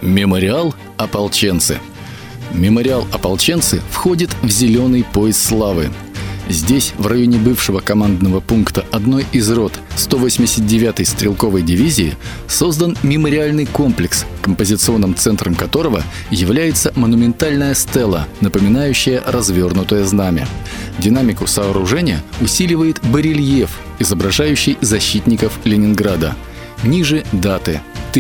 Мемориал «Ополченцы». Мемориал «Ополченцы» входит в зеленый пояс славы. Здесь, в районе бывшего командного пункта одной из рот 189-й стрелковой дивизии, создан мемориальный комплекс, композиционным центром которого является монументальная стела, напоминающая развернутое знамя. Динамику сооружения усиливает барельеф, изображающий защитников Ленинграда. Ниже даты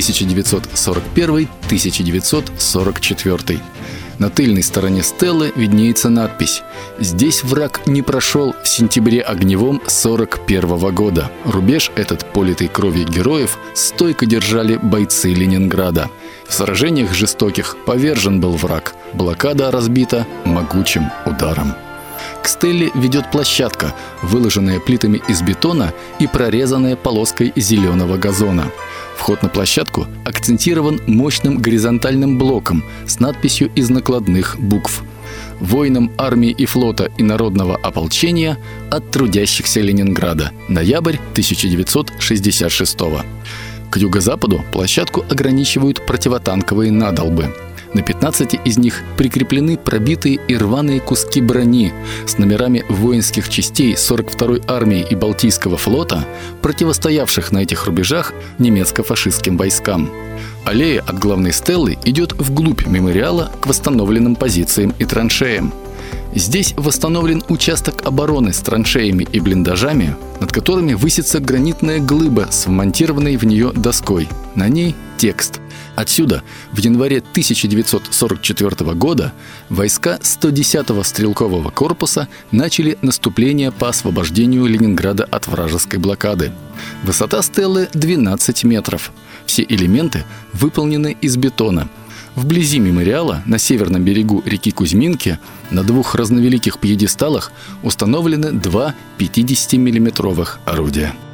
1941-1944. На тыльной стороне стелы виднеется надпись: «Здесь враг не прошел в сентябре огневом 41 года. Рубеж этот, политый кровью героев, стойко держали бойцы Ленинграда. В сражениях жестоких повержен был враг. Блокада разбита могучим ударом». К стеле ведет площадка, выложенная плитами из бетона и прорезанная полоской зеленого газона. Вход на площадку акцентирован мощным горизонтальным блоком с надписью из накладных букв: «Воинам армии и флота и народного ополчения от трудящихся Ленинграда. Ноябрь 1966». К юго-западу площадку ограничивают противотанковые надолбы. На 15 из них прикреплены пробитые и рваные куски брони с номерами воинских частей 42-й армии и Балтийского флота, противостоявших на этих рубежах немецко-фашистским войскам. Аллея от главной стелы идет вглубь мемориала к восстановленным позициям и траншеям. Здесь восстановлен участок обороны с траншеями и блиндажами, над которыми высится гранитная глыба с вмонтированной в нее доской. На ней текст. Отсюда в январе 1944 года войска 110-го стрелкового корпуса начали наступление по освобождению Ленинграда от вражеской блокады. Высота стелы 12 метров. Все элементы выполнены из бетона. Вблизи мемориала, на северном берегу реки Кузьминки, на двух разновеликих пьедесталах установлены два 50-миллиметровых орудия.